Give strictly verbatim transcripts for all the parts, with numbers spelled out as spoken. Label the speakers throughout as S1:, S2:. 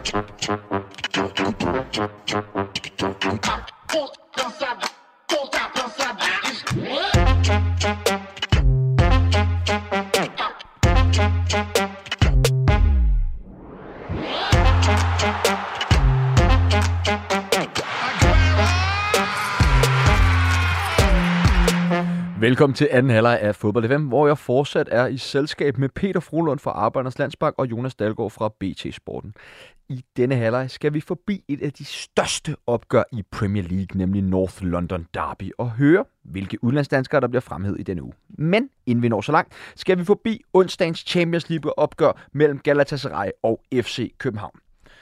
S1: Velkommen til anden halvleg af Fodbold F M, hvor jeg fortsat er i selskab med Peter Frohlund fra Arbejdernes Landsbank og Jonas Dalgaard fra B T Sporten. I denne halvleg skal vi forbi et af de største opgør i Premier League, nemlig North London Derby, og høre, hvilke udlandsdanskere der bliver fremhævet i denne uge. Men inden vi når så langt, skal vi forbi onsdagens Champions League-opgør mellem Galatasaray og F C København.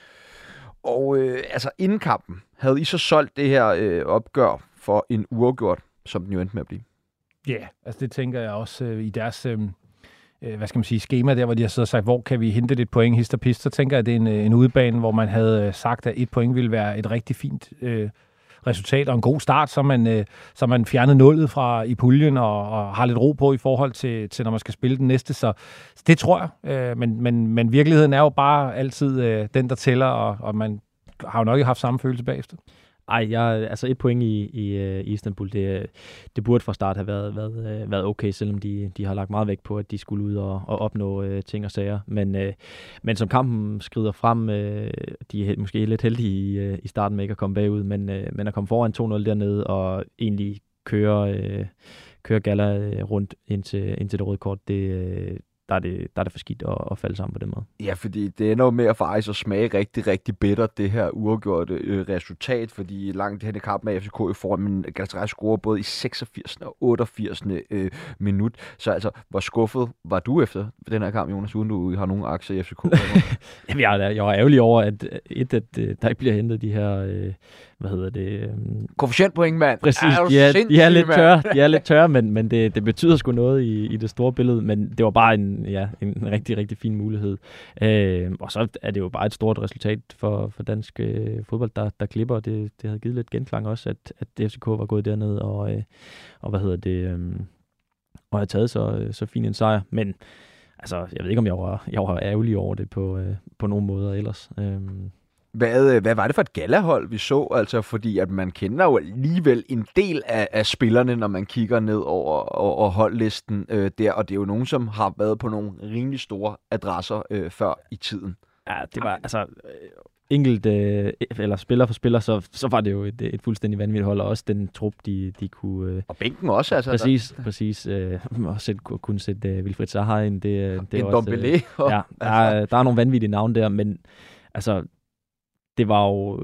S1: Og øh, altså inden kampen havde I så solgt det her øh, opgør for en uafgjort, som den jo endte med at blive.
S2: Ja, yeah, altså det tænker jeg også øh, i deres øh, hvad skal man sige, schema der, hvor de har siddet og sagt, hvor kan vi hente lidt point, hist og pist, så tænker jeg, at det er en, en udebane, hvor man havde sagt, at et point ville være et rigtig fint øh, resultat og en god start, så man, øh, så man fjernet nullet fra i puljen og, og har lidt ro på i forhold til, til, når man skal spille den næste, så, så det tror jeg. Øh, men, men, men virkeligheden er jo bare altid øh, den, der tæller, og, og man har jo nok ikke haft samme følelse bagefter.
S3: Ej, jeg, altså et point i, i, i Istanbul, det, det burde fra start have været, været, været okay, selvom de, de har lagt meget vægt på, at de skulle ud og, og opnå øh, ting og sager. Men, øh, men som kampen skrider frem, øh, de er måske lidt heldige i, i starten med ikke at komme bagud, men, øh, men at komme foran to nul dernede og egentlig køre, øh, køre Gala rundt ind til, ind til det røde kort, det, øh, der, er det, der er det for skidt at, at falde sammen på den måde.
S1: Ja, fordi det ender jo med at faktisk at smage rigtig, rigtig bitter, det her uafgjorte øh, resultat, fordi langt hen i kampen af F C K i form, men Galatasaray scorer både i seksogfirsende og otteogfirsende Øh, minut. Så altså, hvor skuffet var du efter den her kamp, Jonas, uden du har nogen aktier i F C K?
S3: Jamen, jeg, jeg var ærgerlig over, at, et, at der ikke bliver hentet de her, øh, hvad hedder det? Øh,
S1: Koefficientpoint, mand!
S3: Præcis, er de, er, de er lidt tørre, de er lidt tørre, men, men det, det betyder sgu noget i, i det store billede, men det var bare en, ja, en rigtig, rigtig fin mulighed. Øh, og så er det jo bare et stort resultat for, for dansk øh, fodbold, der, der klipper. Det, det havde givet lidt genklang også, at, at F C K var gået derned og, øh, og hvad hedder det, øh, og havde taget så, så fin en sejr. Men altså, jeg ved ikke, om jeg var, jeg var ærgerlig over det på, øh, på nogen måder ellers. Øh,
S1: Hvad, hvad var det for et galahold, vi så? Altså, fordi at man kender jo alligevel en del af, af spillerne, når man kigger ned over, over holdlisten øh, der, og det er jo nogen, som har været på nogle rimelig store adresser øh, før i tiden.
S3: Ja, det var altså enkelt, øh, eller spiller for spiller, så, så var det jo et, et fuldstændig vanvittigt hold, og også den trup, de, de kunne... Øh,
S1: og bænken også, altså.
S3: Præcis, der. præcis. Øh, og sæt, kunne sætte øh, Wilfried Zaha ind. Det, det
S1: en
S3: også,
S1: Dombele.
S3: Øh, ja, der, er, der er nogle vanvittige navne der, men altså... Det var jo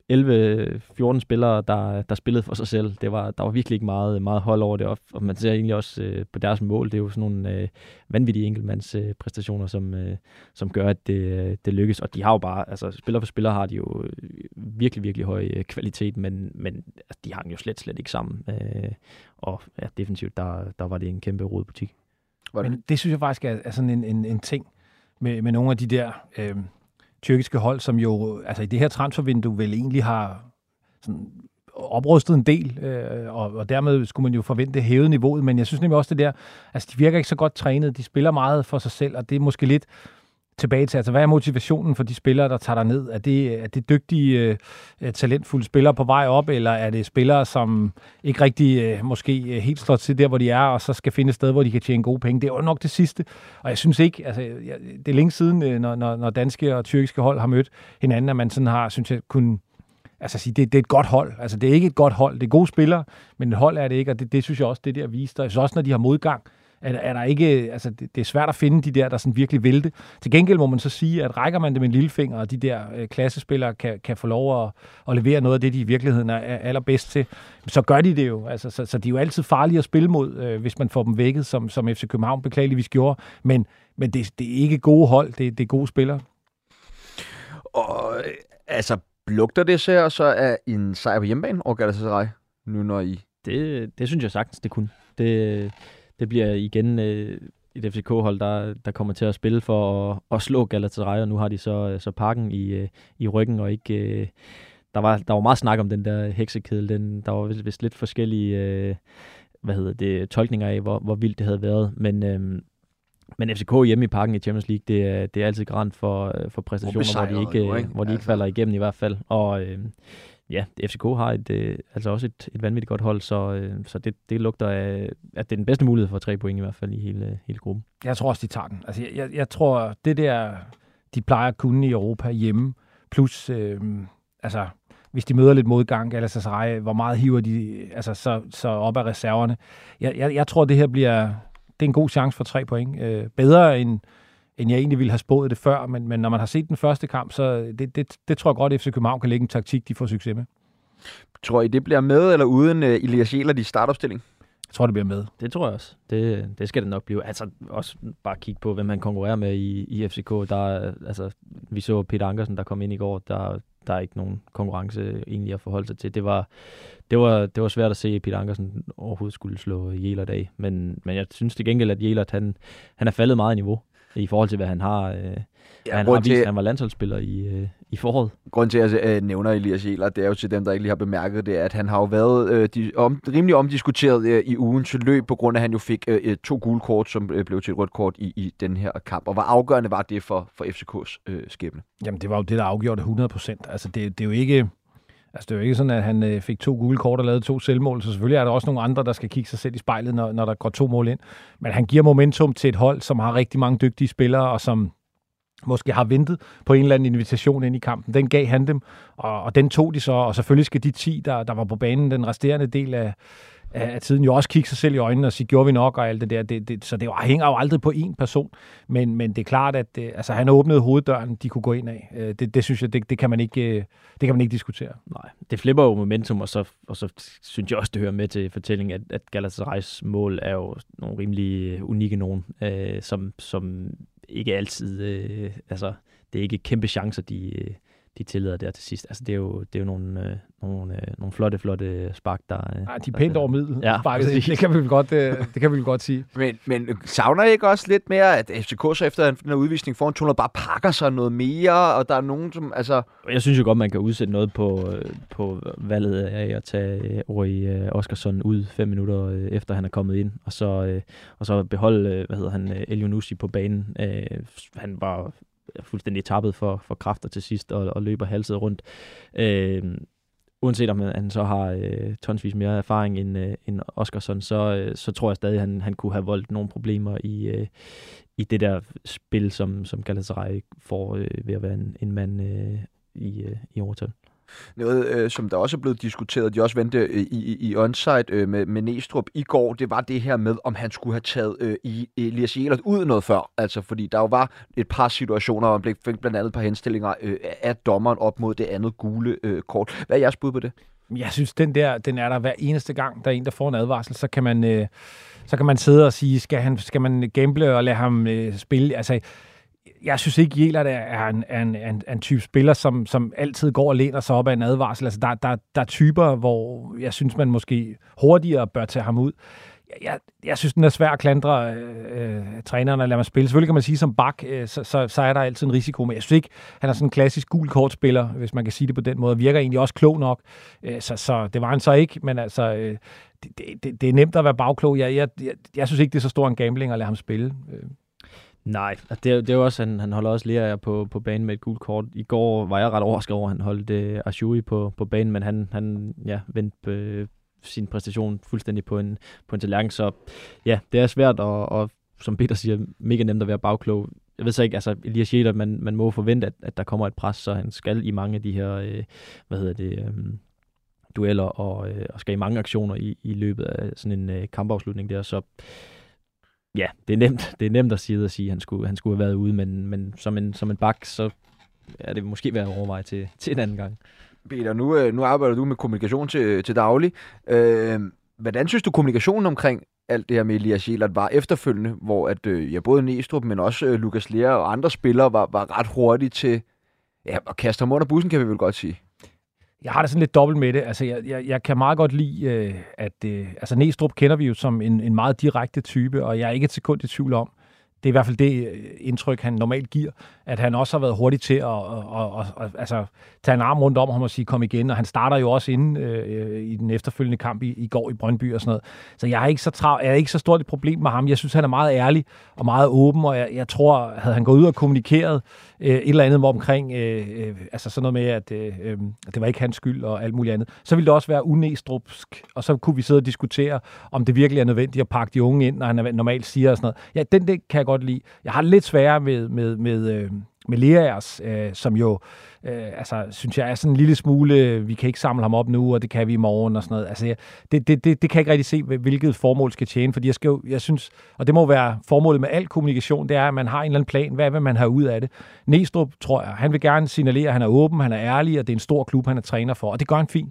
S3: elleve fjorten spillere, der, der spillede for sig selv. Det var, der var virkelig ikke meget, meget hold over det, og man ser egentlig også øh, på deres mål. Det er jo sådan nogle øh, vanvittige enkeltmandspræstationer, øh, som, øh, som gør, at det, det lykkes. Og de har jo bare, altså spiller for spiller har de jo virkelig, virkelig høj øh, kvalitet, men, men altså, de hang jo slet, slet ikke sammen. Øh, og ja, definitivt, der, der var det en kæmpe rodebutik.
S2: Men det synes jeg faktisk er, er sådan en, en, en ting med, med nogle af de der... Øh, tyrkiske hold, som jo altså i det her transfervindue vel egentlig har sådan oprustet en del, øh, og, og dermed skulle man jo forvente hævet niveauet, men jeg synes nemlig også det der, altså de virker ikke så godt trænet, de spiller meget for sig selv, og det er måske lidt tilbage til, altså hvad er motivationen for de spillere, der tager der ned? Er det, er det dygtige, øh, talentfulde spillere på vej op, eller er det spillere, som ikke rigtig øh, måske øh, helt slår til der, hvor de er, og så skal finde et sted, hvor de kan tjene gode penge? Det er jo nok det sidste, og jeg synes ikke, altså jeg, det er længe siden, øh, når, når, når danske og tyrkiske hold har mødt hinanden, at man sådan har, synes jeg, kunne altså sige, det, det er et godt hold. Altså det er ikke et godt hold, det er gode spillere, men et hold er det ikke, og det, det synes jeg også, det der viste. Og jeg synes også, når de har modgang, Er, er der ikke, altså det, det er svært at finde de der, der sådan virkelig vil det. Til gengæld må man så sige, at rækker man det med en lillefinger, og de der øh, klassespillere kan, kan få lov at, at levere noget af det, de i virkeligheden er, er allerbedst til, så gør de det jo. Altså, så, så de er jo altid farlige at spille mod, øh, hvis man får dem vækket, som, som F C København beklageligvis gjorde. Men, men det, det er ikke gode hold, det, det er gode spillere.
S1: Og altså, lugter det så, så af en sejr på hjemmebane over Galatasaray, nu når I...
S3: Det, det synes jeg sagtens, det kunne. Det... Det bliver igen øh, et F C K-hold, der, der kommer til at spille for at, at slå Galatasaray, og nu har de så, så Parken i, øh, i ryggen, og ikke... Øh, der, var, der var meget snak om den der heksekedel. Den, der var vist, vist lidt forskellige øh, hvad hedder det, tolkninger af, hvor, hvor vildt det havde været. Men, øh, Men F C K hjemme i Parken i Champions League, det er, det er altid garant for, for præstationer, hvor de ikke, jo, ikke? Hvor de ikke altså. falder igennem i hvert fald. Og øh, ja, F C K har et, øh, altså også et, et vanvittigt godt hold, så, øh, så det, det lugter af, at det er den bedste mulighed for tre point i hvert fald i hele, hele gruppen. Jeg tror også, de tager den. Altså, jeg, jeg, jeg tror, det der, de plejer at kunne i Europa hjemme, plus, øh, altså, hvis de møder lidt modgang, Galatasaray, hvor meget hiver de altså, så, så op af reserverne. Jeg, jeg, jeg tror, det her bliver, det er en god chance for tre point. Øh, bedre end end jeg egentlig ville have spået det før, men, men når man har set den første kamp, så det, det, det tror jeg godt, at F C København kan lægge en taktik, de får succes med.
S1: Tror I, det bliver med eller uden uh, Elias Jæler i startopstilling?
S2: Jeg tror, det bliver med.
S3: Det tror jeg også. Det, det skal det nok blive. Altså også bare kigge på, hvem han konkurrerer med i, i F C K. Der, altså, vi så Peter Ankersen, der kom ind i går. Der, der er ikke nogen konkurrence egentlig at forholde sig til. Det var, det var, det var svært at se, at Peter Ankersen overhovedet skulle slå Jælert af. Men, men jeg synes til gengæld, at Jælert, han, han er faldet meget i niveau i forhold til, hvad han har, øh, ja, han har vist. Til, han var landsholdsspiller i, øh, i foråret.
S1: Grunden til, at jeg øh, nævner Elias Jæler, det er jo til dem, der ikke lige har bemærket det, at han har jo været øh, de, om, rimelig omdiskuteret øh, i ugens løb, på grund af, at han jo fik øh, to gule kort, som øh, blev til et rødt kort i, i den her kamp. Og hvor afgørende var det for, for F C K's øh, skæbne? Jamen, det var jo det, der afgjorde det hundrede procent. Altså, det, det er jo ikke... Altså, det er jo ikke sådan, at han øh, fik to gule kort og lavede to selvmål, så selvfølgelig er der også nogle andre, der skal kigge sig selv i spejlet, når, når der går to mål ind. Men han giver momentum til et hold, som har rigtig mange dygtige spillere, og som måske har ventet på en eller anden invitation ind i kampen. Den gav han dem, og, og den tog de så, og selvfølgelig skal de ti, der, der var på banen den resterende del af, af tiden, jo også kigge sig selv i øjnene og sige, gjorde vi nok, og alt det der. Det, det, så det hænger jo aldrig på én person, men, men det er klart, at det, altså, han åbnede hoveddøren, de kunne gå ind af. Det, det synes jeg, det, det, kan man ikke, det kan man ikke diskutere.
S3: Nej, det flipper jo momentum, og så, og så synes jeg også, det hører med til fortællingen, at, at Galatasarays mål er jo nogle rimelig unikke nogen, øh, som, som ikke altid, øh, altså det er ikke kæmpe chancer, de, de tillader der til sidst. Altså det er jo, det er jo nogle, øh, nogle, øh, nogle flotte, flotte spark, der... Øh,
S2: ja, de er pænt over middel.
S3: Ja,
S2: det kan vi vel godt, øh, det kan vi vel godt sige.
S1: Men, men savner I ikke også lidt mere, at F C K så efter den her udvisning foran to nul bare pakker sig noget mere, og der er nogen, som... altså...
S3: Jeg synes jo godt, man kan udsætte noget på, på valget af at tage Ori Oskarsson ud fem minutter efter, han er kommet ind, og så, og så beholde, hvad hedder han, Elyounoussi på banen. Han var fuldstændig tappet for, for kræfter til sidst, og, og løber halset rundt. Øh, uanset om han så har øh, tonsvis mere erfaring end, øh, end Oskarsson, så, øh, så tror jeg stadig, at han, han kunne have voldt nogle problemer i, øh, i det der spil, som, som Galatasaray får øh, ved at være en, en mand øh, i, øh, i overtal.
S1: Noget, øh, som der også er blevet diskuteret, de også vendte øh, i, i, i onsite øh, med, med Næstrup i går, det var det her med, om han skulle have taget øh, i Elias Jæler ud noget før. Altså, fordi der jo var et par situationer, og han fik blandt andet et par henstillinger øh, af dommeren op mod det andet gule øh, kort. Hvad er jeres bud på det?
S2: Jeg synes, den der, den er der hver eneste gang, der er en, der får en advarsel, så kan man, øh, så kan man sidde og sige, skal, han, skal man gamble og lade ham øh, spille? Altså, jeg synes ikke, Jæler er en, en, en, en type spiller, som, som altid går og læner sig op af en advarsel. Altså, der, der, der er typer, hvor jeg synes, man måske hurtigere bør tage ham ud. Jeg, jeg, jeg synes, den er svær at klandre øh, træneren og lade mig spille. Selvfølgelig kan man sige, som bak, øh, så, så, så er der altid en risiko. Men jeg synes ikke, han er sådan en klassisk gul kortspiller, hvis man kan sige det på den måde. Virker egentlig også klog nok. Øh, så, så det var han så ikke, men altså, øh, det, det, det er nemt at være bagklog. Jeg, jeg, jeg, jeg synes ikke, det er så stor en gambling at lade ham spille. Øh.
S3: Nej, det er, det er jo også, han, han holder også Lea på, på banen med et gult kort. I går var jeg ret overrasket over, at han holdt uh, Achoui på, på banen, men han, han ja, vendte uh, sin præstation fuldstændig på en, på en tallerken. Så ja, det er svært, og, og som Peter siger, mega nemt at være bagklog. Jeg ved så ikke, altså Elias Jæler, man, man må forvente, at, at der kommer et pres, så han skal i mange af de her, uh, hvad hedder det, um, dueller, og, uh, og skal i mange aktioner i, i løbet af sådan en uh, kampafslutning der, så ja, det er nemt, det er nemt at sige, at sige, at han skulle, han skulle have været ude, men, men som en, som en bak, så er det måske værd at overveje til, til en anden gang.
S1: Peter, nu, nu arbejder du med kommunikation til, til daglig. Øh, hvordan synes du, kommunikationen omkring alt det her med Elias Jæler var efterfølgende, hvor at, øh, ja, både Næstrup, men også øh, Lukas Lea og andre spillere var, var ret hurtige til ja, at kaste ham under bussen, kan vi vel godt sige?
S2: Jeg har det sådan lidt dobbelt med det. Altså, jeg, jeg, jeg kan meget godt lide, øh, at øh, altså Næstrup kender vi jo som en, en meget direkte type, og jeg er ikke et sekund i tvivl om, det er i hvert fald det indtryk, han normalt giver, at han også har været hurtig til at, at, at, at, at altså, tage en arm rundt om ham og sige, kom igen, og han starter jo også inde øh, i den efterfølgende kamp i, i går i Brøndby og sådan noget. Så jeg er ikke så, trav, jeg er ikke så stort et problem med ham. Jeg synes, han er meget ærlig og meget åben, og jeg, jeg tror, havde han gået ud og kommunikeret øh, et eller andet omkring, øh, øh, altså sådan noget med, at øh, øh, det var ikke hans skyld og alt muligt andet, så ville det også være unæstrupsk, og så kunne vi sidde og diskutere, om det virkelig er nødvendigt at pakke de unge ind, når han normalt siger og sådan noget. Ja, den det kan jeg godt lide. Jeg har det lidt sværere med, med, med, øh, med Leaers, øh, som jo, øh, altså, synes jeg er sådan en lille smule, vi kan ikke samle ham op nu, og det kan vi i morgen og sådan noget. Altså, det, det, det, det kan jeg ikke rigtig se, hvilket formål skal tjene, fordi jeg skal jo, jeg synes, og det må være formålet med al kommunikation, det er, at man har en eller anden plan, hvad vil man have ud af det. Næstrup, tror jeg, han vil gerne signalere, at han er åben, han er ærlig, og det er en stor klub, han er træner for, og det gør han fint.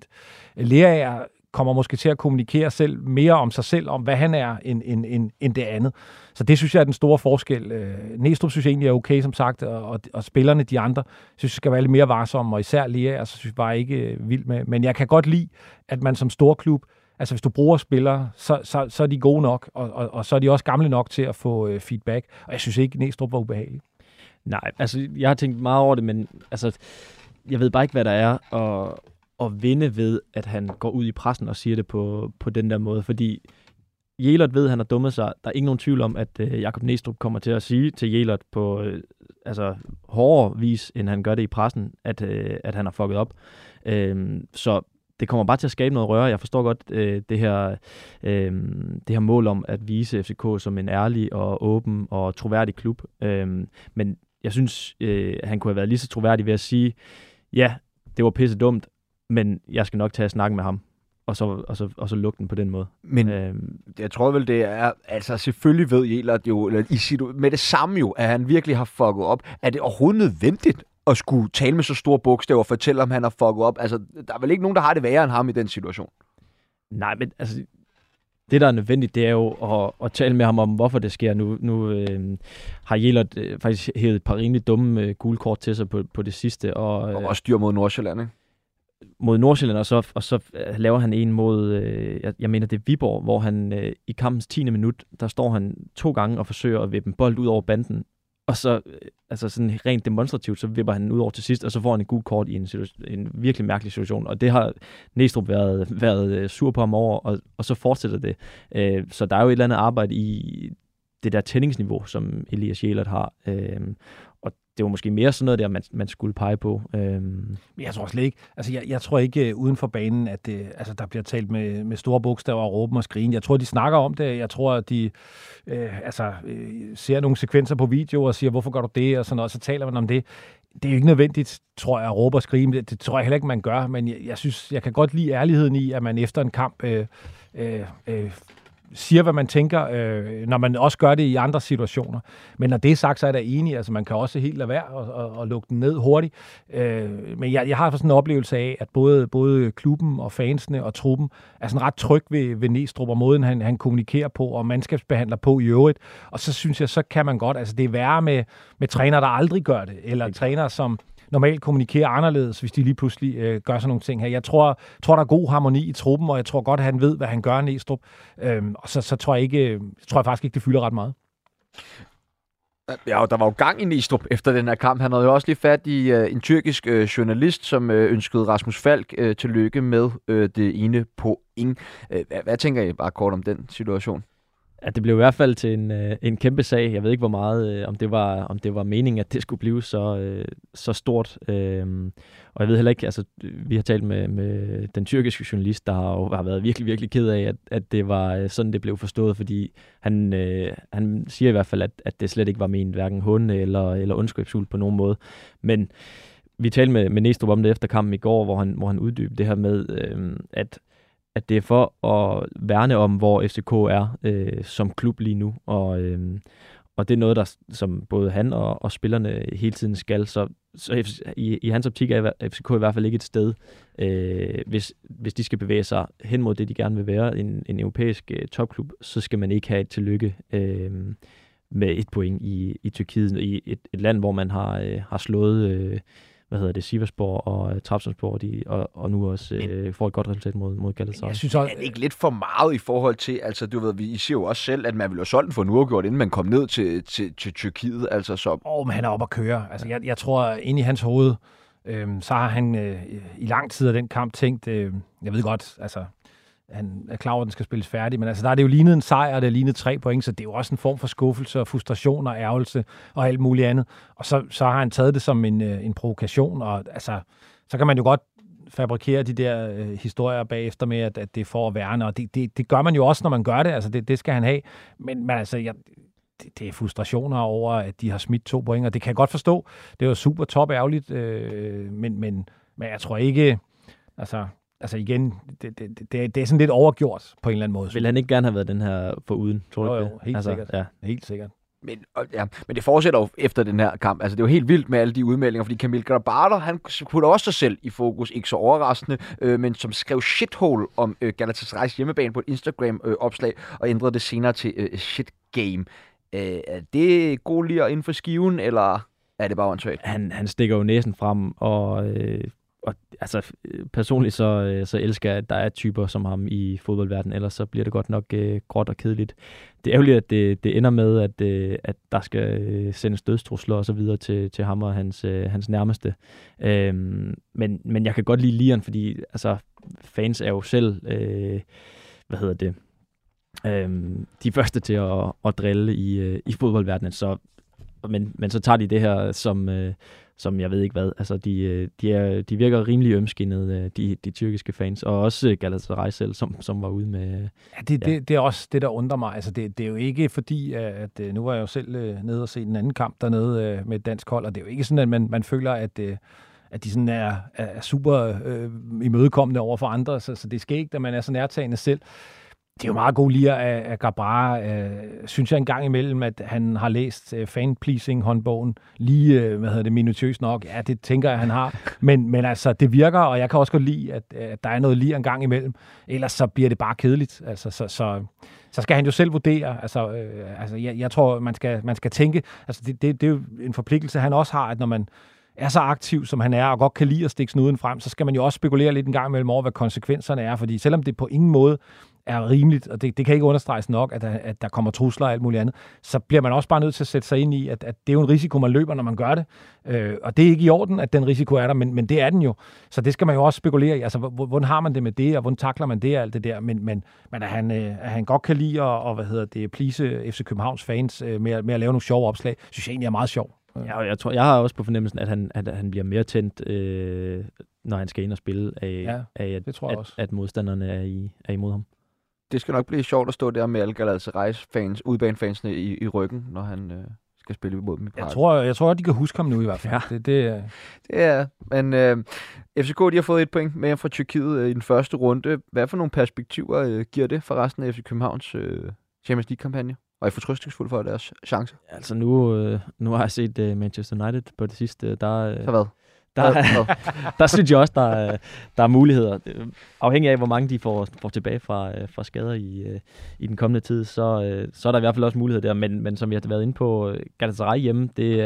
S2: Leaer kommer måske til at kommunikere selv mere om sig selv, om hvad han er, end, end, end, end det andet. Så det synes jeg er den store forskel. Øh, Næstrup synes jeg egentlig er okay, som sagt, og, og, og spillerne, de andre, synes jeg skal være lidt mere varsomme, og især Leaer, så synes jeg bare ikke øh, vild med. Men jeg kan godt lide, at man som storklub, altså hvis du bruger spillere, så, så, så er de gode nok, og, og, og så er de også gamle nok til at få øh, feedback. Og jeg synes ikke, Næstrup var ubehagelig.
S3: Nej, altså jeg har tænkt meget over det, men altså, jeg ved bare ikke, hvad der er, og at vinde ved, at han går ud i pressen og siger det på, på den der måde. Fordi Jelert ved, at han har dummet sig. Der er ikke nogen tvivl om, at øh, Jakob Næstrup kommer til at sige til Jelert på øh, altså, hårdere vis, end han gør det i pressen, at, øh, at han har fucket op. Øh, så det kommer bare til at skabe noget røre. Jeg forstår godt øh, det, her, øh, det her mål om at vise F C K som en ærlig og åben og troværdig klub. Øh, men jeg synes, øh, han kunne have været lige så troværdig ved at sige, ja, det var pisse dumt, men jeg skal nok tage at snakke med ham, og så, og så, og så lukke den på den måde.
S1: Men øhm, jeg tror vel, det er, altså selvfølgelig ved Jelert jo, eller i situ- med det samme jo, at han virkelig har fucket op. Er det overhovedet nødvendigt at skulle tale med så store bogstaver og fortælle, om han har fucket op? Altså, der er vel ikke nogen, der har det værre end ham i den situation?
S3: Nej, men altså, det der er nødvendigt, det er jo at, at tale med ham om, hvorfor det sker. Nu, nu øh, har Jelert øh, faktisk hævet et par rimelig dumme øh, gule kort til sig på, på det sidste. Og, øh,
S1: og også styr mod Nordsjælland, ikke?
S3: Mod Nordsjælland, og så, og så laver han en mod, øh, jeg, jeg mener det er Viborg, hvor han øh, i kampens tiende minut, der står han to gange og forsøger at vippe en bold ud over banden, og så, øh, altså sådan rent demonstrativt, så vipper han ud over til sidst, og så får han en gul kort i en, en virkelig mærkelig situation, og det har Næstrup været, været sur på ham over, og, og så fortsætter det. Øh, så der er jo et eller andet arbejde i det der tændingsniveau, som Elias Jelert har, øh, og det var måske mere sådan noget der, man, man skulle pege på. Øhm.
S2: Jeg tror slet ikke, altså jeg, jeg tror ikke uh, uden for banen, at det, altså, der bliver talt med, med store bogstaver og råben og skrigen. Jeg tror, de snakker om det. Jeg tror, at de øh, altså, øh, ser nogle sekvenser på video og siger, hvorfor gør du det? Og sådan noget, og så taler man om det. Det er jo ikke nødvendigt, tror jeg, at råbe og skrige. Det, det tror jeg heller ikke, man gør. Men jeg, jeg synes, jeg kan godt lide ærligheden i, at man efter en kamp øh, øh, øh, siger, hvad man tænker, øh, når man også gør det i andre situationer. Men når det er sagt, så er jeg da enig. Altså, man kan også helt lade være og, og, og lukke den ned hurtigt. Øh, men jeg, jeg har sådan en oplevelse af, at både, både klubben og fansene og truppen er sådan ret tryg ved, ved Næstrup og måden, han, han kommunikerer på og mandskabsbehandler på i øvrigt. Og så synes jeg, så kan man godt, altså det er værre med, med trænere, der aldrig gør det, eller trænere, som normalt kommunikerer anderledes, hvis de lige pludselig øh, gør sådan nogle ting her. Jeg tror, tror, der er god harmoni i truppen, og jeg tror godt, at han ved, hvad han gør, Næstrup. Øhm, og så, så tror, jeg ikke, tror jeg faktisk ikke, det fylder ret meget.
S1: Ja, og der var jo gang i Næstrup efter den her kamp. Han havde jo også lige fat i uh, en tyrkisk uh, journalist, som uh, ønskede Rasmus Falk uh, tillykke med uh, det ene point. Uh, hvad, hvad tænker I bare kort om den situation?
S3: Ja, det blev i hvert fald til en, øh, en kæmpe sag. Jeg ved ikke, hvor meget, øh, om, det var, om det var meningen, at det skulle blive så, øh, så stort. Øh, og jeg ved heller ikke, altså, vi har talt med, med den tyrkiske journalist, der har, jo, har været virkelig, virkelig ked af, at, at det var sådan, det blev forstået, fordi han, øh, han siger i hvert fald, at, at det slet ikke var ment hverken hunde eller, eller ondskabsfuldt på nogen måde. Men vi talte med, med Næstrup om det efter kampen i går, hvor han, hvor han uddybede det her med, øh, at at det er for at værne om, hvor F C K er øh, som klub lige nu. Og, øh, og det er noget, der, som både han og, og spillerne hele tiden skal. Så, så i, i hans optik er F C K i hvert fald ikke et sted, øh, hvis, hvis de skal bevæge sig hen mod det, de gerne vil være, en, en europæisk øh, topklub, så skal man ikke have et tillykke øh, med et point i, i Tyrkiet, i et, et land, hvor man har, øh, har slået... Øh, hvad hedder det, Sivasspor og uh, Trabzonspor, de, og, og nu også uh, får et godt resultat mod, mod Galatasaray.
S1: Jeg synes også, er det ikke lidt for meget i forhold til, altså du ved, vi siger jo også selv, at man ville have solgt den for en uafgjort, inden man kom ned til, til, til Tyrkiet, altså så...
S2: Åh, oh, men han er oppe at køre. Altså, jeg, jeg tror, inde i hans hoved, øh, så har han øh, i lang tid af den kamp tænkt, øh, jeg ved godt, altså, han er klar over, at den skal spilles færdig, men altså, der er det jo lignet en sejr, og det er lignet tre point, så det er jo også en form for skuffelse og frustration og ærgelse og alt muligt andet. Og så, så har han taget det som en, en provokation, og altså, så kan man jo godt fabrikere de der øh, historier bagefter med, at, at det er for at værne, og det, det, det gør man jo også, når man gør det, altså det, det skal han have. Men, men altså, jeg, det, det er frustrationer over, at de har smidt to point, og det kan jeg godt forstå. Det er jo super top ærgerligt, øh, men, men, men jeg tror ikke, altså... Altså igen, det, det, det, det er sådan lidt overgjort på en eller anden måde.
S3: Vil han ikke gerne have været den her foruden, tror du?
S2: Jo, jo, helt altså, sikkert. Ja. Helt sikkert.
S1: Men, ja, men det fortsætter jo efter den her kamp. Altså det er jo helt vildt med alle de udmeldinger, fordi Kamil Grabater, han putter også sig selv i fokus, ikke så overraskende, øh, men som skrev shithole om øh, Galatasarays hjemmebane på et Instagram-opslag, øh, og ændrede det senere til øh, shitgame. Øh, er det god lir inden for skiven, eller er det bare åndssvagt?
S3: Han, han stikker jo næsen frem, og... Øh Og altså, personligt så, så elsker jeg, at der er typer som ham i fodboldverdenen, ellers så bliver det godt nok øh, gråt og kedeligt. Det er ærgerligt, at det, det ender med, at, øh, at der skal sendes dødstrusler og så videre til, til ham og hans, øh, hans nærmeste. Øhm, men, men jeg kan godt lide Lian, fordi altså, fans er jo selv, øh, hvad hedder det, øh, de første til at, at drille i, øh, i fodboldverdenen. Så, men, men så tager de det her som... Øh, som jeg ved ikke hvad. Altså, de, de, er, de virker rimelig ømskinnede, de, de tyrkiske fans, og også Galatasaray selv, som, som var ude med...
S2: Ja, det, ja. Det, det er også det, der undrer mig. Altså, det, det er jo ikke fordi, at nu var jeg jo selv nede og se den anden kamp dernede med et dansk hold, og det er jo ikke sådan, at man, man føler, at, at de sådan er, er super øh, imødekommende over for andre, så, så det sker ikke, at man er så nærtagende selv. Det er jo meget god lir af, af Gabara. Øh, synes jeg en gang imellem, at han har læst øh, fan-pleasing-håndbogen lige, øh, hvad hedder det, minutiøst nok. Ja, det tænker jeg, han har. Men, men altså, det virker, og jeg kan også godt lide, at, at der er noget lir en gang imellem. Ellers så bliver det bare kedeligt. Altså, så, så, så skal han jo selv vurdere. Altså, øh, altså jeg, jeg tror, man skal, man skal tænke. Altså, det, det, det er jo en forpligtelse, han også har, at når man er så aktiv, som han er, og godt kan lide at stikke snuden frem, så skal man jo også spekulere lidt en gang imellem over, hvad konsekvenserne er. Fordi selvom det på ingen måde er rimeligt, og det, det kan ikke understreges nok, at der, at der kommer trusler og alt muligt andet, så bliver man også bare nødt til at sætte sig ind i, at, at det er jo en risiko, man løber, når man gør det. Øh, og det er ikke i orden, at den risiko er der, men, men det er den jo. Så det skal man jo også spekulere i. Altså, hvordan har man det med det, og hvordan takler man det og alt det der? Men, men, men at, han, at han godt kan lide at, og, hvad hedder det, please F C Københavns fans med, med at lave nogle sjove opslag, synes jeg egentlig er meget sjov.
S3: Ja, jeg, tror, jeg har også på fornemmelsen, at han, at han bliver mere tændt, øh, når han skal ind og spille, af,
S2: ja,
S3: af at,
S2: det tror jeg
S3: at,
S2: også.
S3: at modstanderne er, i, er imod ham.
S1: Det skal nok blive sjovt at stå der med alle Galatasarays fans, udbanefansene i, i ryggen, når han øh, skal spille imod dem i parken.
S2: Jeg tror, jeg tror, at de kan huske ham nu i hvert fald. Ja. Det, det,
S1: det er, men øh, F C K, de har fået et point med fra Tyrkiet øh, i den første runde. Hvad for nogle perspektiver øh, giver det for resten af F C Københavns øh, Champions League-kampagne? Og er I fortrøstningsfulde for deres chance?
S3: Altså nu, øh, nu har jeg set øh, Manchester United på det sidste. Der, øh,
S1: Så hvad?
S3: Der, der synes jeg også, der er, der er muligheder. Afhængig af, hvor mange de får, får tilbage fra, fra skader i, i den kommende tid, så, så er der i hvert fald også muligheder der. Men, men som vi har været inde på, Galatasaray hjemme, det,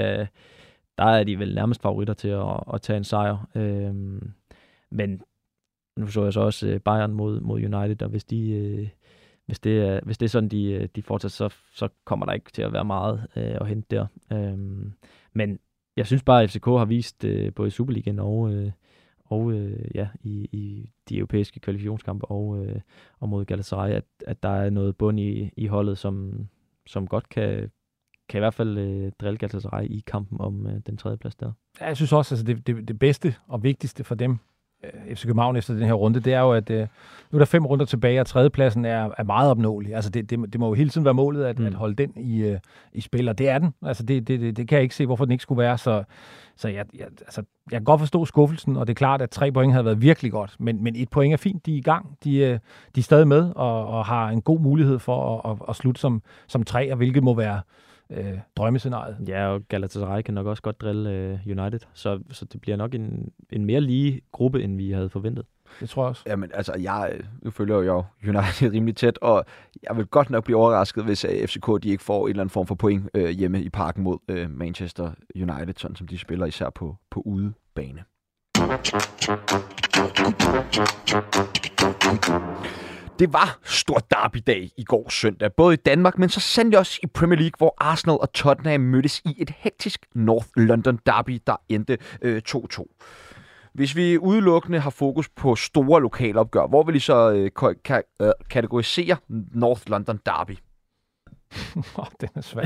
S3: der er de vel nærmest favoritter til at, at tage en sejr. Øhm, men nu så jeg så også Bayern mod, mod United, og hvis de... Hvis det, er, hvis det er sådan, de, de fortsætter, så, så kommer der ikke til at være meget øh, at hente der. Øhm, men jeg synes bare, at F C K har vist øh, både i Superligaen og, øh, og øh, ja, i, i de europæiske kvalifikationskampe og, øh, og mod Galatasaray, at, at der er noget bund i, i holdet, som, som godt kan, kan i hvert fald øh, drille Galatasaray i kampen om øh, den tredje plads der.
S2: Ja, jeg synes også, at altså det, det, det bedste og vigtigste for dem, F C København efter den her runde, det er jo, at øh, nu er der fem runder tilbage, og tredjepladsen er, er meget opnåelig. Altså det, det, det må jo hele tiden være målet at, mm. at holde den i, øh, i spil, og det er den. Altså det, det, det, det kan jeg ikke se, hvorfor den ikke skulle være. Så, så jeg, jeg, altså, jeg kan godt forstå skuffelsen, og det er klart, at tre point havde været virkelig godt, men, men et point er fint, de er i gang. De, øh, de er stadig med, og, og har en god mulighed for at, at, at slutte som, som tre, hvilket må være øh, drømmescenariet.
S3: Ja, og Galatasaray kan nok også godt drille øh, United, så, så det bliver nok en, en mere lige gruppe, end vi havde forventet.
S2: Det tror jeg også.
S1: Jamen, altså, jeg nu følger jo United rimelig tæt, og jeg vil godt nok blive overrasket, hvis F C K de ikke får en eller anden form for point øh, hjemme i parken mod øh, Manchester United, sådan som de spiller især på, på udebane. Det var stor derby-dag i går søndag, både i Danmark, men så sandelig også i Premier League, hvor Arsenal og Tottenham mødtes i et hektisk North London derby, der endte øh, to to. Hvis vi udelukkende har fokus på store lokalopgør, hvor vil I så øh, ka- øh, kategorisere North London derby?
S2: Oh, den er svær.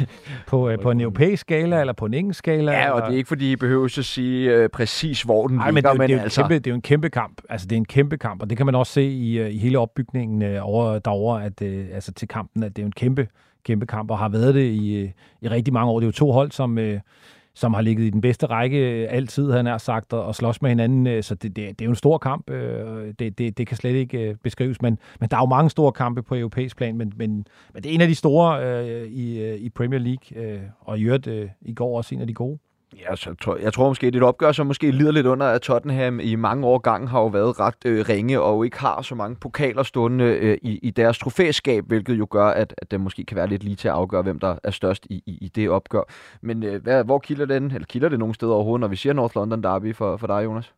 S2: på, øh, på en europæisk skala, eller på en engelsk skala?
S1: Ja, og
S2: eller?
S1: det er ikke, fordi I behøver at sige øh, præcis, hvor den
S2: Ej,
S1: ligger.
S2: men det,
S1: Men
S2: det, er
S1: altså...
S2: kæmpe, det er jo en kæmpe kamp. Altså, det er en kæmpe kamp, og det kan man også se i, i hele opbygningen øh, over, derovre, at, øh, altså til kampen, at det er en kæmpe, kæmpe kamp, og har været det i, i rigtig mange år. Det er jo to hold, som... Øh, som har ligget i den bedste række altid, han har sagt, og slås med hinanden. Så det, det, det er jo en stor kamp. Det, det, det kan slet ikke beskrives. Men, men der er jo mange store kampe på europæisk plan, men, men, men det er en af de store øh, i, i Premier League, øh, og i øvrigt øh, i går også en af de gode.
S1: Ja, så tror, jeg tror måske, det er et opgør, som måske lider lidt under, at Tottenham i mange år gang har jo været ret øh, ringe, og ikke har så mange pokaler stående øh, i, i deres trofæskab, hvilket jo gør, at, at det måske kan være lidt lige til at afgøre, hvem der er størst i, i, i det opgør. Men øh, hvad, hvor kilder den, eller kilder det nogen steder overhovedet, når vi siger North London Derby for, for dig, Jonas?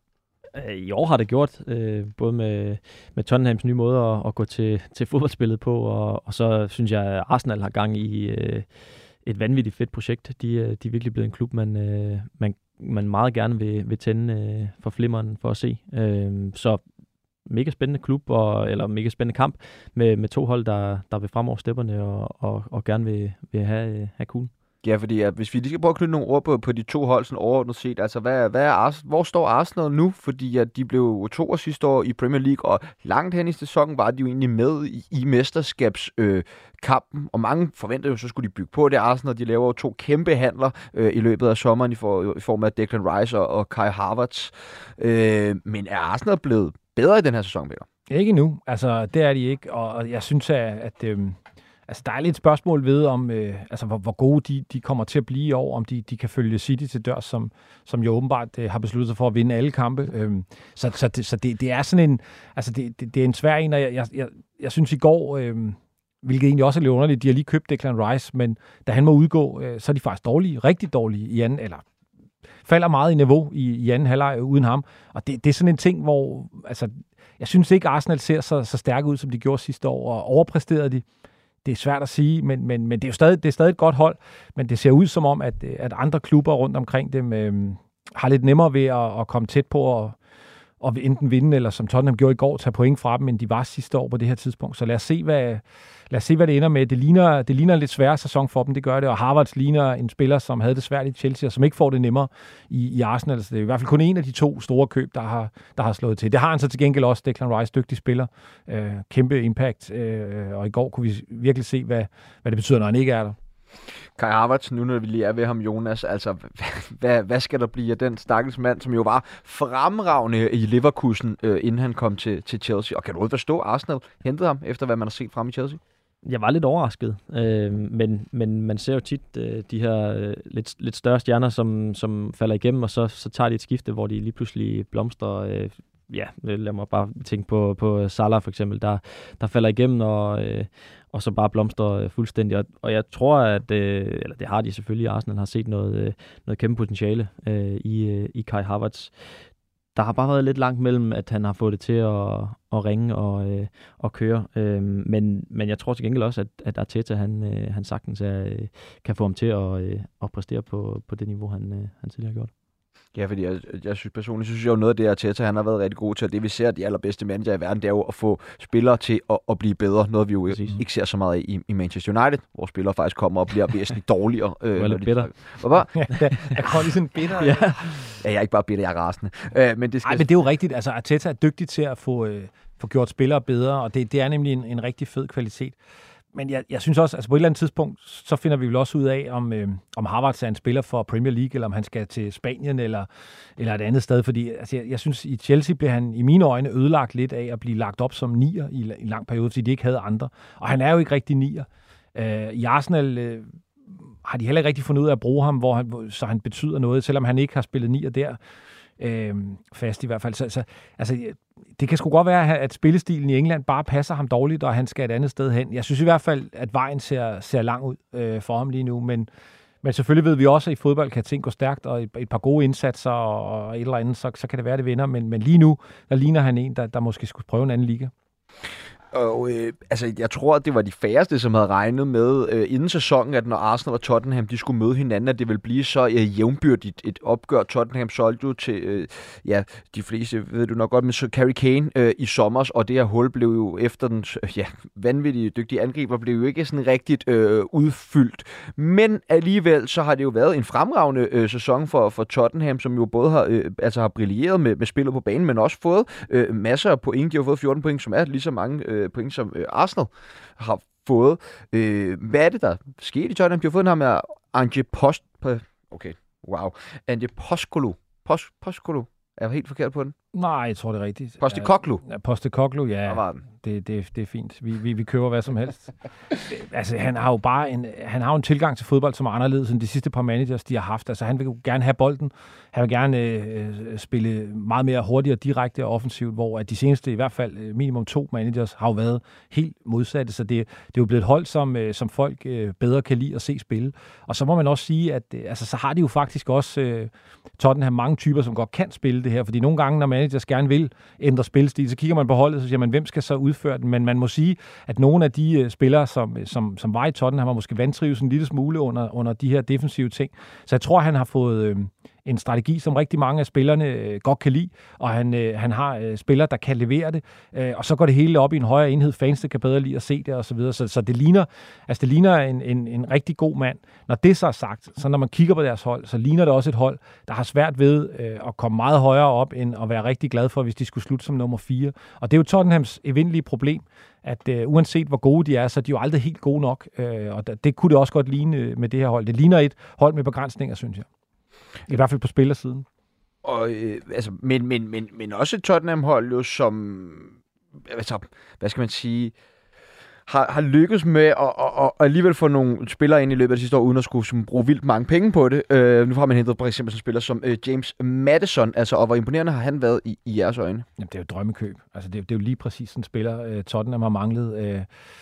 S3: I år har det gjort, øh, både med, med Tottenhams nye måde at, at gå til, til fodboldspillet på, og, og så synes jeg, at Arsenal har gang i... Øh, et vanvittigt fedt projekt. De, de er virkelig blevet en klub, man, man, man meget gerne vil, vil tænde for flimmeren for at se. Så mega spændende klub, og, eller mega spændende kamp, med, med to hold, der, der vil frem over stepperne og, og, og gerne vil, vil have, have kuglen.
S1: Ja, fordi at hvis vi lige skal prøve at knytte nogle ord på, på de to hold sådan overordnet set, altså hvad, hvad er Ars- hvor står Arsenal nu? Fordi at de blev toer sidste år i Premier League, og langt hen i sæsonen var de jo egentlig med i, i mesterskabskampen, øh, og mange forventede jo, så skulle de bygge på det. Arsenal, de laver jo to kæmpe handler øh, i løbet af sommeren i, for, i form af Declan Rice og, og Kai Havertz. Øh, men er Arsenal blevet bedre i den her sæson, Peter?
S2: Ikke nu. Altså, det er de ikke, og jeg synes, at... at øh... Altså, der er lidt et spørgsmål ved, om, øh, altså, hvor, hvor gode de, de kommer til at blive i år, om de, de kan følge City til dørs, som, som jo åbenbart øh, har besluttet sig for at vinde alle kampe. Øhm, så så, det, så det, det er sådan en, altså det, det, det er en svær en, og jeg, jeg, jeg, jeg synes i går, øh, hvilket egentlig også er lidt underligt, de har lige købt Declan Rice, men da han må udgå, øh, så er de faktisk dårlige, rigtig dårlige i anden, eller falder meget i niveau i, i anden halvleg uden ham. Og det, det er sådan en ting, hvor, altså, jeg synes ikke, Arsenal ser så, så stærke ud, som de gjorde sidste år, og overpræsterede de. Det er svært at sige, men, men, men det er jo stadig, det er stadig et godt hold, men det ser ud som om, at, at andre klubber rundt omkring dem øh, har lidt nemmere ved at, at komme tæt på og, og enten vinde, eller som Tottenham gjorde i går, tage point fra dem, end de var sidste år på det her tidspunkt. Så lad os se, hvad, lad os se, hvad det ender med. Det ligner, det ligner en lidt sværere sæson for dem, det gør det, og Havertz ligner en spiller, som havde det svært i Chelsea, og som ikke får det nemmere i, i Arsenal. Så det er i hvert fald kun en af de to store køb, der har, der har slået til. Det har han så til gengæld også, Declan Rice, dygtig spiller. Øh, kæmpe impact, øh, og i går kunne vi virkelig se, hvad, hvad det betyder, når han ikke er der.
S1: Kai Havertz, nu når vi lige er ved ham, Jonas, altså, hvad, hvad skal der blive af den stakkels mand, som jo var fremragende i Leverkusen, øh, inden han kom til, til Chelsea? Og kan du ikke forstå, Arsenal hentede ham, efter hvad man har set frem i Chelsea?
S3: Jeg var lidt overrasket, øh, men, men man ser jo tit øh, de her øh, lidt, lidt større stjerner, som, som falder igennem, og så, så tager de et skifte, hvor de lige pludselig blomstrer. Øh, ja, lad mig bare tænke på, på Salah for eksempel, der, der falder igennem, og, øh, og så bare blomstrer fuldstændig. Og, og jeg tror, at, øh, eller det har de selvfølgelig, Arsenal har set noget, øh, noget kæmpe potentiale øh, i, øh, i Kai Havertz. Der har bare været lidt langt mellem, at han har fået det til at, at ringe og, øh, og køre. Øh, men, men jeg tror til gengæld også, at, at Arteta han, øh, han sagtens er, øh, kan få ham til at, øh, at præstere på, på det niveau, han, øh, han tidligere har gjort.
S1: Ja, fordi jeg, jeg synes personligt, synes jeg jo noget af det, Arteta han har været rigtig god til, og det vi ser, de allerbedste manager i verden, det er jo at få spillere til at, at blive bedre. Noget vi jo Præcis. ikke ser så meget af i, i Manchester United, hvor spillere faktisk kommer og bliver væsentligt dårligere.
S3: Øh, eller bitter.
S1: Hvad?
S2: Ja, jeg kommer lige sådan bitter.
S1: Ja. ja, jeg er ikke bare bitter, jeg er rasende. Øh, men det skal...
S2: Ej, men det er jo rigtigt. Altså, Arteta er dygtig til at få, øh, få gjort spillere bedre, og det, det er nemlig en, en rigtig fed kvalitet. Men jeg, jeg synes også, altså på et eller andet tidspunkt, så finder vi vel også ud af, om, øh, om Havertz er en spiller for Premier League, eller om han skal til Spanien, eller, eller et andet sted. Fordi altså, jeg, jeg synes, i Chelsea blev han i mine øjne ødelagt lidt af at blive lagt op som nier i, i en lang periode, fordi de ikke havde andre. Og han er jo ikke rigtig nier. Øh, I Arsenal øh, har de heller ikke rigtig fundet ud af at bruge ham, hvor han, så han betyder noget, selvom han ikke har spillet nier der øh, fast i hvert fald. Så, så, altså, det kan sgu godt være, at spillestilen i England bare passer ham dårligt, og han skal et andet sted hen. Jeg synes i hvert fald, at vejen ser, ser lang ud øh, for ham lige nu, men, men selvfølgelig ved vi også, at i fodbold kan ting gå stærkt, og et, et par gode indsatser og, og et eller andet, så, så kan det være, det vinder, men, men lige nu, der ligner han en, der, der måske skulle prøve en anden liga.
S1: Og øh, altså, jeg tror, at det var de færreste, som havde regnet med øh, inden sæsonen, at når Arsenal og Tottenham de skulle møde hinanden, at det ville blive så øh, jævnbyrdigt et opgør. Tottenham solgte jo til, øh, ja, de fleste ved du nok godt, med så Harry Kane øh, i sommers, og det her hul blev jo efter den øh, ja, vanvittige dygtige angriber, blev jo ikke sådan rigtigt øh, udfyldt. Men alligevel, så har det jo været en fremragende øh, sæson for, for Tottenham, som jo både har, øh, altså har brilleret med, med spillet på banen, men også fået øh, masser af point. De har fået fjorten point, som er lige så mange øh, point, som øh, Arsenal har fået. Øh, hvad er det, der skete i Tottenham? De har fået den her med Ange Post... Okay, wow. Ange Postecoglou. Post, Postecoglou. Er jeg helt forkert på den?
S2: Nej, jeg tror, det er rigtigt.
S1: Postecoglou.
S2: Ja, Postecoglou, ja.
S1: Der var den.
S2: Det, det, det er fint. Vi, vi, vi køber hvad som helst. Altså, han har jo bare en, han har jo en tilgang til fodbold, som er anderledes end de sidste par managers, de har haft. Altså, han vil jo gerne have bolden. Han vil gerne øh, spille meget mere hurtigt og direkte og offensivt, hvor at de seneste, i hvert fald minimum to managers, har jo været helt modsatte. Så det, det er jo blevet et hold, som, øh, som folk øh, bedre kan lide at se spille. Og så må man også sige, at øh, altså, så har de jo faktisk også øh, Tottenham mange typer, som godt kan spille det her. Fordi nogle gange, når managers gerne vil ændre spilstil, så kigger man på holdet, så siger man, hvem skal så udføre den? Men man må sige, at nogle af de uh, spillere, som, som, som var i Tottenham, har måske vantrives en lille smule under, under de her defensive ting. Så jeg tror, han har fået øh, en strategi, som rigtig mange af spillerne øh, godt kan lide, og han, øh, han har øh, spillere, der kan levere det, øh, og så går det hele op i en højere enhed. Fans, der kan bedre lide at se det, og så videre. Så, så det ligner, altså det ligner en, en, en rigtig god mand. Når det så er sagt, så når man kigger på deres hold, så ligner det også et hold, der har svært ved øh, at komme meget højere op, end at være rigtig glad for, hvis de skulle slutte som nummer fire. Og det er jo Tottenhams evindelige problem, at øh, uanset hvor gode de er, så er de jo aldrig helt gode nok. Øh, og det, det kunne det også godt ligne med det her hold. Det ligner et hold med begrænsninger, synes jeg. I hvert fald på spillersiden. Og,
S1: øh, altså, men, men, men, men også et Tottenham-hold, jo, som, altså, hvad skal man sige, har, har lykkes med at, at, at alligevel få nogle spillere ind i løbet af de sidste år, uden at skulle bruge vildt mange penge på det. Øh, nu har man hentet for eksempel en spiller som øh, James Maddison, altså, og hvor imponerende har han været i, i jeres øjne?
S2: Jamen, det er jo drømmekøb. Altså, det, er, det er jo lige præcis sådan en spiller, øh, Tottenham har manglet. Øh,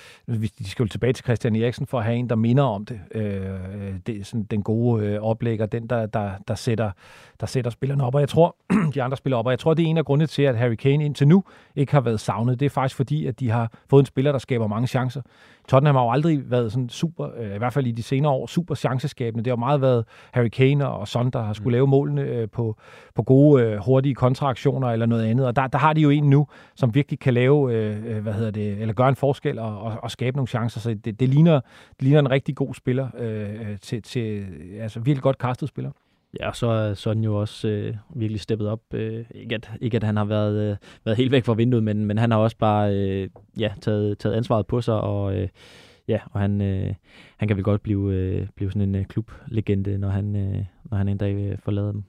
S2: de skal jo tilbage til Christian Eriksen for at have en, der minder om det. Øh, det er sådan den gode øh, oplægger, den, der, der, der, sætter, der sætter spillerne op. Og jeg tror, de andre spiller op, og jeg tror, det er en af grundene til, at Harry Kane indtil nu ikke har været savnet. Det er faktisk fordi, at de har fået en spiller, der skaber mange chancer. Tottenham har jo aldrig været sådan super, øh, i hvert fald i de senere år, super chanceskabende. Det har meget været Harry Kane og Son, der har skulle lave målene øh, på, på gode, øh, hurtige kontraaktioner eller noget andet. Og der, der har de jo en nu, som virkelig kan lave, øh, hvad hedder det, eller gøre en forskel og, og, og skabe nogle chancer. Så det, det, ligner, det ligner en rigtig god spiller øh, til, til, altså virkelig godt castet spiller.
S3: Ja, og så er Son jo også øh, virkelig steppet op. Øh, ikke, at, ikke at han har været, øh, været helt væk fra vinduet, men, men han har også bare øh, ja, taget, taget ansvaret på sig, og, øh, ja, og han, øh, han kan vel godt blive, øh, blive sådan en øh, klublegende, når han, øh, når han en dag øh, forlader dem.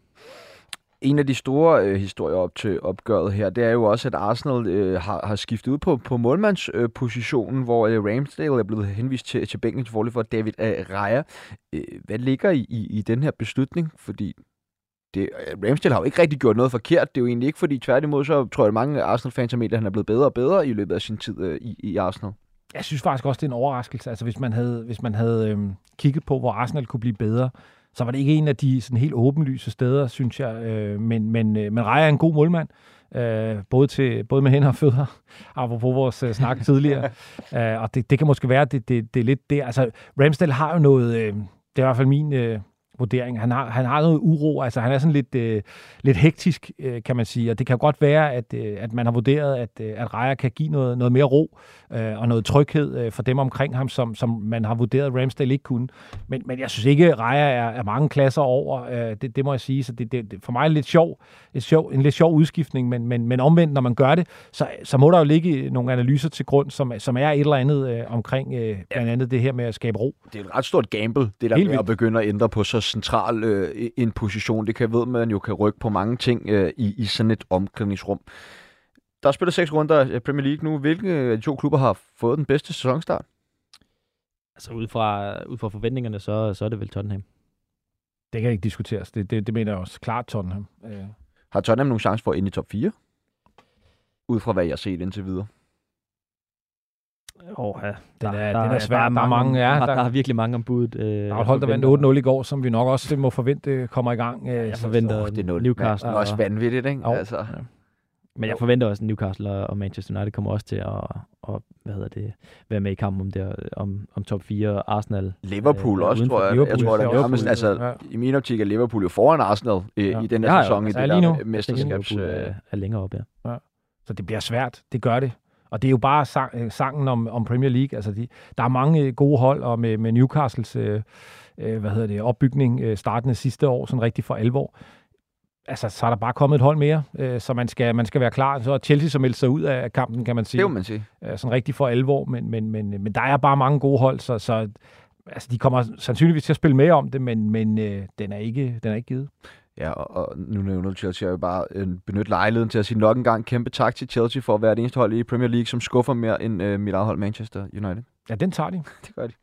S1: En af de store øh, historier op til opgøret her, det er jo også, at Arsenal øh, har, har skiftet ud på, på målmandspositionen, øh, hvor øh, Ramsdale er blevet henvist til, til bænken til fordel for David øh, Raya. Øh, hvad ligger i, i, i den her beslutning? Fordi det, øh, Ramsdale har jo ikke rigtig gjort noget forkert. Det er jo egentlig ikke, fordi tværtimod, så tror jeg, at mange Arsenal-fans har ment, at han er blevet bedre og bedre i løbet af sin tid øh, i, i Arsenal.
S2: Jeg synes faktisk også, det er en overraskelse. Altså, hvis man havde, hvis man havde øh, kigget på, hvor Arsenal kunne blive bedre, så var det ikke en af de sådan helt åbenlyse steder, synes jeg. Øh, men, men, øh, men Raya er en god målmand, øh, både, til, både med hænder og fødder, apropos vores øh, snak tidligere. øh, og det, det kan måske være, at det, det, det er lidt der. Altså, Ramsdale har jo noget, øh, det er i hvert fald min øh, vurdering, han har, han har noget uro, altså han er sådan lidt, øh, lidt hektisk, øh, kan man sige, og det kan godt være, at, øh, at man har vurderet, at, øh, at Raya kan give noget, noget mere ro øh, og noget tryghed øh, for dem omkring ham, som, som man har vurderet, at Ramsdale ikke kunne. Men, men jeg synes ikke, at Raya er, er mange klasser over, øh, det, det må jeg sige, så det, det, for mig er det lidt sjov, et sjov, en lidt sjov udskiftning, men, men, men omvendt, når man gør det, så, så må der jo ligge nogle analyser til grund, som, som er et eller andet øh, omkring øh, blandt andet det her med at skabe ro.
S1: Det er et ret stort gamble, det der med at begynde at ændre på så central øh, en position. Det kan ved man jo kan rykke på mange ting øh, i, i sådan et omklædningsrum. Der er spillet seks runder af Premier League nu. Hvilke af de to klubber har fået den bedste sæsonstart?
S3: Altså ud fra, ud fra forventningerne, så, så er det vel Tottenham.
S2: Det kan ikke diskuteres. Det, det, det mener jeg også klart Tottenham. Øh.
S1: Har Tottenham nogen chance for at ind i top fire? Ud fra hvad jeg har set indtil videre.
S3: Oh, ja.
S2: Den
S3: der,
S2: er,
S3: der,
S2: den er svær.
S3: Der er mange,
S2: mange ja,
S3: der,
S2: der,
S3: der er virkelig mange ombud. Øh,
S2: der er et hold, der vandt otte nul i går, som vi nok også må forvente kommer i gang. Øh,
S3: jeg forventer
S1: oh, det er nul.
S3: Newcastle.
S1: Det er også vanvittigt, ikke?
S2: Og,
S1: altså.
S3: Ja. Men jeg forventer også, at Newcastle og Manchester United kommer også til at og, hvad hedder det, være med i kampen om, der, om, om top fire. Arsenal.
S1: Liverpool øh, også, tror jeg.
S2: Liverpool,
S1: jeg tror,
S2: det
S1: er nærmest, altså, ja. I min optik er Liverpool jo foran Arsenal øh,
S2: ja.
S1: i den her
S2: ja,
S1: sæson
S2: ja,
S1: i
S2: altså,
S1: det der mesterskabs...
S3: Liverpool er, er længere op, ja.
S2: ja. Så det bliver svært. Det gør det. Og det er jo bare sang, sangen om, om Premier League. Altså de, der er mange gode hold, og med, med Newcastles øh, hvad hedder det, opbygning øh, startende sidste år, sådan rigtig for alvor. Altså, så er der bare kommet et hold mere, øh, så man skal, man skal være klar. Så er Chelsea så meldt sig ud af kampen, kan man sige.
S1: Det må man sige.
S2: Øh, sådan rigtig for alvor, men, men, men, men der er bare mange gode hold, så, så altså, de kommer sandsynligvis til at spille med om det, men, men øh, den, er ikke, den er ikke givet.
S1: Ja, og, og nu nævner du Chelsea, jeg vil bare øh, benytte lejligheden til at sige nok en gang kæmpe tak til Chelsea for at være det eneste hold i Premier League, som skuffer mere end øh, mit eget hold Manchester United.
S2: Ja, den tager de.
S1: Det gør de.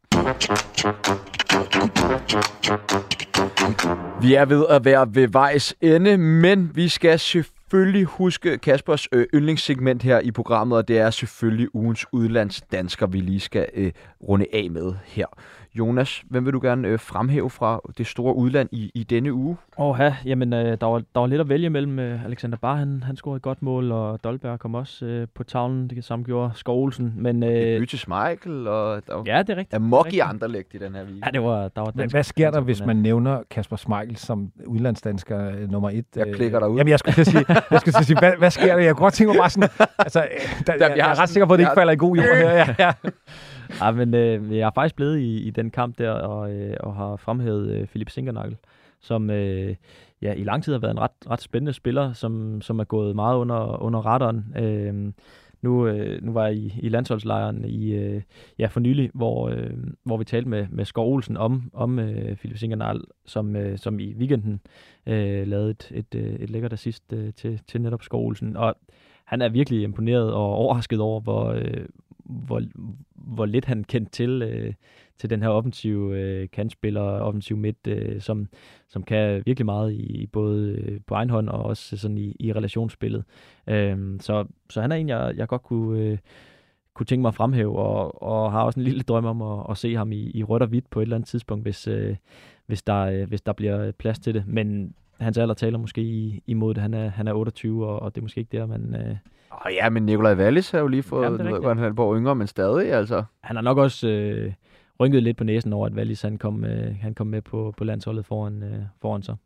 S1: Vi er ved at være ved vejs ende, men vi skal selvfølgelig huske Kaspers øh, yndlingssegment her i programmet, og det er selvfølgelig ugens udlandsdansker, vi lige skal øh, runde af med her. Jonas, hvem vil du gerne øh, fremhæve fra det store udland i, i denne uge?
S3: Åh, ja, jamen, øh, der, var, der var lidt at vælge mellem. Øh, Alexander Bach, han, han scorede et godt mål, og Dolberg kom også øh, på tavlen. Det samme gjorde Skov Olsen. Men, øh,
S1: Bytte Schmeichel, og der var
S3: ja, det er rigtigt.
S1: amok i Anderlecht i den her weekend.
S3: Ja, det var, der var
S2: Men hvad sker der, hvis man nævner Kasper Schmeichel som udlandsdansker øh, nummer et?
S1: Jeg klikker derud.
S2: Jamen, jeg skulle til at sige, jeg skulle til at sige hvad, hvad sker der? Jeg kunne godt tænke mig bare sådan, altså, der, jeg, jeg er ret sikker på, at det ikke falder i god jord her. Ja, ja.
S3: Ja, men øh, jeg er faktisk blevet i, i den kamp der, og, øh, og har fremhævet øh, Philip Sinkernagel, som øh, ja, i lang tid har været en ret, ret spændende spiller, som, som er gået meget under, under radaren. Øh, nu, øh, nu var jeg i, i landsholdslejren i, øh, ja, for nylig, hvor, øh, hvor vi talte med, med Skov Olsen om, om øh, Philip Sinkernagel, som, øh, som i weekenden øh, lavede et, et, et lækkert assist øh, til, til netop Skov Olsen. Og han er virkelig imponeret og overrasket over, hvor, øh, hvor, hvor lidt han kendt til, øh, til den her offensive øh, kantspiller, offensiv midt, øh, som, som kan virkelig meget i både øh, på egen hånd og også sådan i, i relationsspillet. Øh, så, så han er en, jeg, jeg godt kunne, øh, kunne tænke mig at fremhæve, og, og har også en lille drøm om at, at se ham i, i rødt og hvidt på et eller andet tidspunkt, hvis, øh, hvis, der, øh, hvis der bliver plads til det. Men hans alder taler måske imod det. Han er, han er otteogtyve, og, og det er måske ikke der, man... Øh...
S1: Oh, ja, men Nikolaj Wallis har jo lige fået,
S3: Jamen,
S1: nu ved jeg, han er et par yngre, men stadig, altså.
S3: Han har nok også øh, rynket lidt på næsen over, at Wallis han kom, øh, han kom med på, på landsholdet foran, øh, foran sig.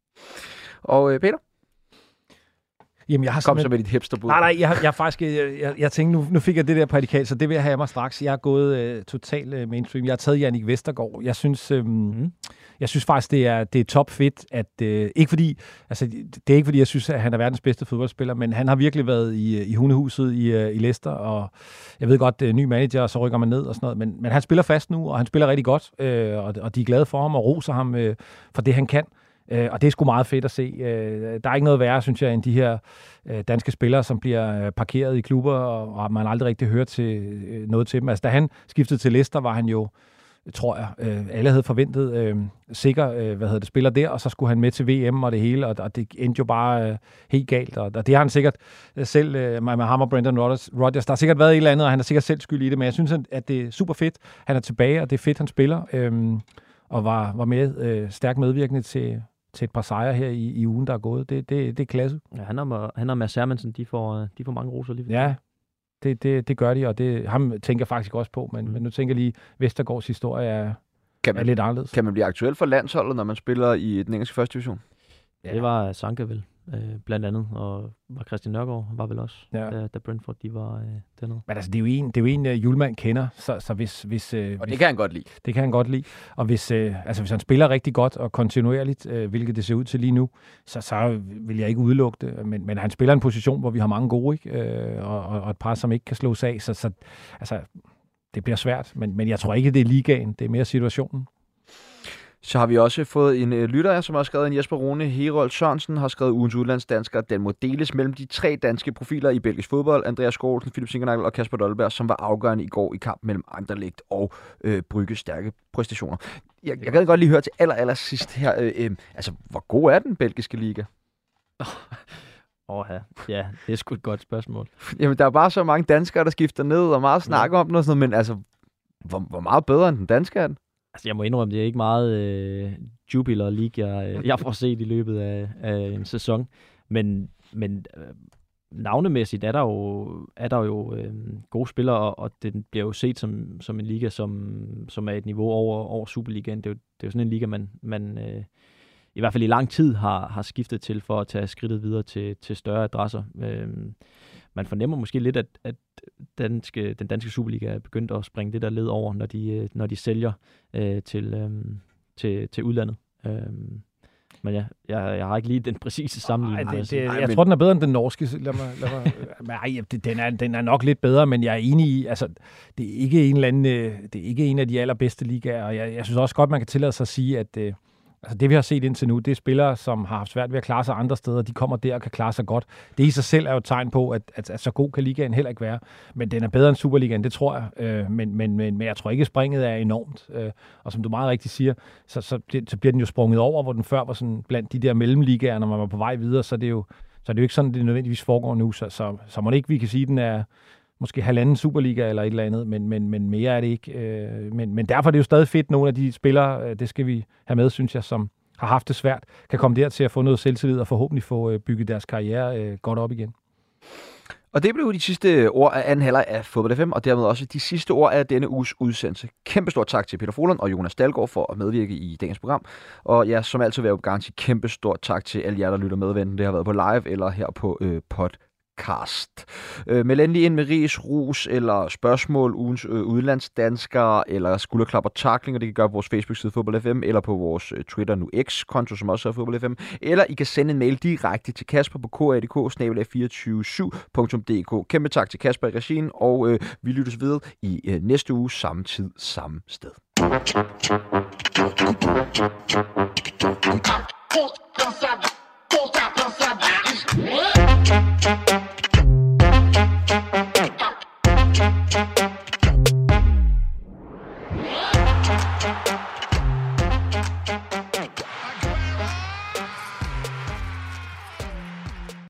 S1: Og øh, Peter?
S2: Jamen, jeg har
S1: Kom så med dit hipsterbud.
S2: Nej, nej, jeg, jeg faktisk, jeg, jeg, jeg tænkte, nu, nu fik jeg det der prædikat, så det vil jeg have mig straks. Jeg er gået uh, totalt uh, mainstream. Jeg har taget Jannik Vestergaard. Jeg synes, um, mm. jeg synes faktisk, det er, det er top fedt, at uh, ikke fordi, altså, det er ikke fordi, jeg synes, at han er verdens bedste fodboldspiller, men han har virkelig været i, i hundehuset i, uh, i Leicester, og jeg ved godt, uh, ny manager, og så rykker man ned og sådan noget, men, men han spiller fast nu, og han spiller rigtig godt, uh, og, og de er glade for ham og roser ham uh, for det, han kan. Uh, og det er sgu meget fedt at se. Uh, der er ikke noget værre, synes jeg, end de her uh, danske spillere, som bliver uh, parkeret i klubber, og, og man aldrig rigtig hører til, uh, noget til dem. Altså, da han skiftede til Leicester, var han jo, tror jeg, uh, alle havde forventet uh, sikker, uh, hvad hedder det, spiller der, og så skulle han med til V M og det hele, og, og det endte jo bare uh, helt galt. Og, og det har han sikkert uh, selv, uh, med ham og Brendan Rodgers, Rodgers, der har sikkert været et eller andet, og han er sikkert selv skyld i det, men jeg synes, at det er super fedt. Han er tilbage, og det er fedt, han spiller, um, og var, var med, uh, stærkt medvirkende til til et par sejre her i, i ugen, der er gået. Det, det, det er klasse.
S3: Ja, han og, han og Mads Hermansen, de får, de får mange roser lige.
S2: Ja, det, det, det gør de, og det, ham tænker jeg faktisk også på, men, mm. men nu tænker jeg lige, Vestergaards historie er,
S1: kan man,
S2: er lidt anderledes.
S1: Kan man blive aktuel for landsholdet, når man spiller i den engelske første division?
S3: Ja. Det var Sanka vel, øh, blandt andet, og var Christian Nørgaard var vel også,
S2: ja.
S3: da, da Brentford de var øh, dernede.
S2: Men altså, det er jo en, det er jo en uh, Julemand kender, så, så hvis... hvis uh,
S1: og det
S2: hvis,
S1: kan han godt lide.
S2: Det kan han godt lide. Og hvis, uh, altså, hvis han spiller rigtig godt og kontinuerligt, uh, hvilket det ser ud til lige nu, så, så vil jeg ikke udelukke det. Men, men han spiller en position, hvor vi har mange gode, ikke? Uh, og, og et par, som ikke kan slås af. Så, så altså, det bliver svært. Men, men jeg tror ikke, det er ligaen. Det er mere situationen.
S1: Så har vi også fået en øh, lytter, som har skrevet en Jesper Rune Herold Sørensen, har skrevet ugens udlandsdansker. Den må deles mellem de tre danske profiler i belgisk fodbold, Andreas Skålsen, Philip Sinkernagel og Kasper Dolberg, som var afgørende i går i kamp mellem Anderlecht og øh, Brygges stærke præstationer. Jeg, jeg kan godt lige høre til aller, aller sidst her, øh, øh, altså hvor god er den belgiske liga?
S3: Åh oh, ja. ja, det er sgu et godt spørgsmål.
S1: Jamen, der er bare så mange danskere, der skifter ned, og meget snakker ja. om den og sådan noget, men altså, hvor, hvor meget bedre end den danske er den?
S3: Altså, jeg må indrømme, det er ikke meget øh, Jubiler League, jeg, jeg får set i løbet af, af en sæson. Men, men øh, navnemæssigt er der jo, er der jo øh, gode spillere, og, og den bliver jo set som, som en liga, som, som er et niveau over, over Superligaen. Det er, jo, det er jo sådan en liga, man, man øh, i hvert fald i lang tid har, har skiftet til for at tage skridtet videre til, til større adresser. Øh, man fornemmer måske lidt, at, at danske, den danske Superliga er begyndt at springe det der led over, når de, når de sælger øh, til, øh, til, til udlandet. Øh, men ja, jeg, jeg har ikke lige den præcise sammenligning.
S2: Ej, det, det, jeg men... tror, den er bedre end den norske. Lad mig, lad mig, ej, den, er, den er nok lidt bedre, men jeg er enig i, altså, det er ikke en eller anden, det er ikke en af de allerbedste ligaer, og jeg, jeg synes også godt, man kan tillade sig at sige, at øh, altså det, vi har set indtil nu, det er spillere, som har haft svært ved at klare sig andre steder. De kommer der og kan klare sig godt. Det i sig selv er jo et tegn på, at, at, at så god kan ligaen heller ikke være. Men den er bedre end Superligaen, det tror jeg. Øh, men, men, men, men jeg tror ikke, springet er enormt. Øh, og som du meget rigtigt siger, så, så, det, så bliver den jo sprunget over, hvor den før var sådan blandt de der mellemligaer, når man var på vej videre. Så er det jo, så er det jo ikke sådan, det nødvendigvis foregår nu. Så, så, så må det ikke, vi kan sige, at den er måske halvanden Superliga eller et eller andet, men, men, men mere er det ikke. Øh, men, men derfor er det jo stadig fedt, nogle af de spillere, det skal vi have med, synes jeg, som har haft det svært, kan komme der til at få noget selvtillid og forhåbentlig få øh, bygget deres karriere øh, godt op igen.
S1: Og det blev de sidste ord af anden halvleg af Fodbold F M, og dermed også de sidste ord af denne uges udsendelse. Kæmpe stort tak til Peter Frohlund og Jonas Dalgaard for at medvirke i dagens program. Og ja, som altid vil jeg jo gerne sige kæmpe stort tak til alle jer, der lytter med, enten det har været på live eller her på øh, podcast. Øh, Meld endelig ind med ris, ros eller spørgsmål, ugens øh, udlandsdanskere eller skulderklap og tackling, og det kan gøre på vores Facebook-side Fodbold F M eller på vores øh, Twitter nu X-konto, som også er Fodbold F M, eller I kan sende en mail direkte til Kasper på k a d k snabel a to fire syv punktum d k. Kæmpe tak til Kasper i regien, og øh, vi lyttes videre i øh, næste uge, samme tid, samme sted. Take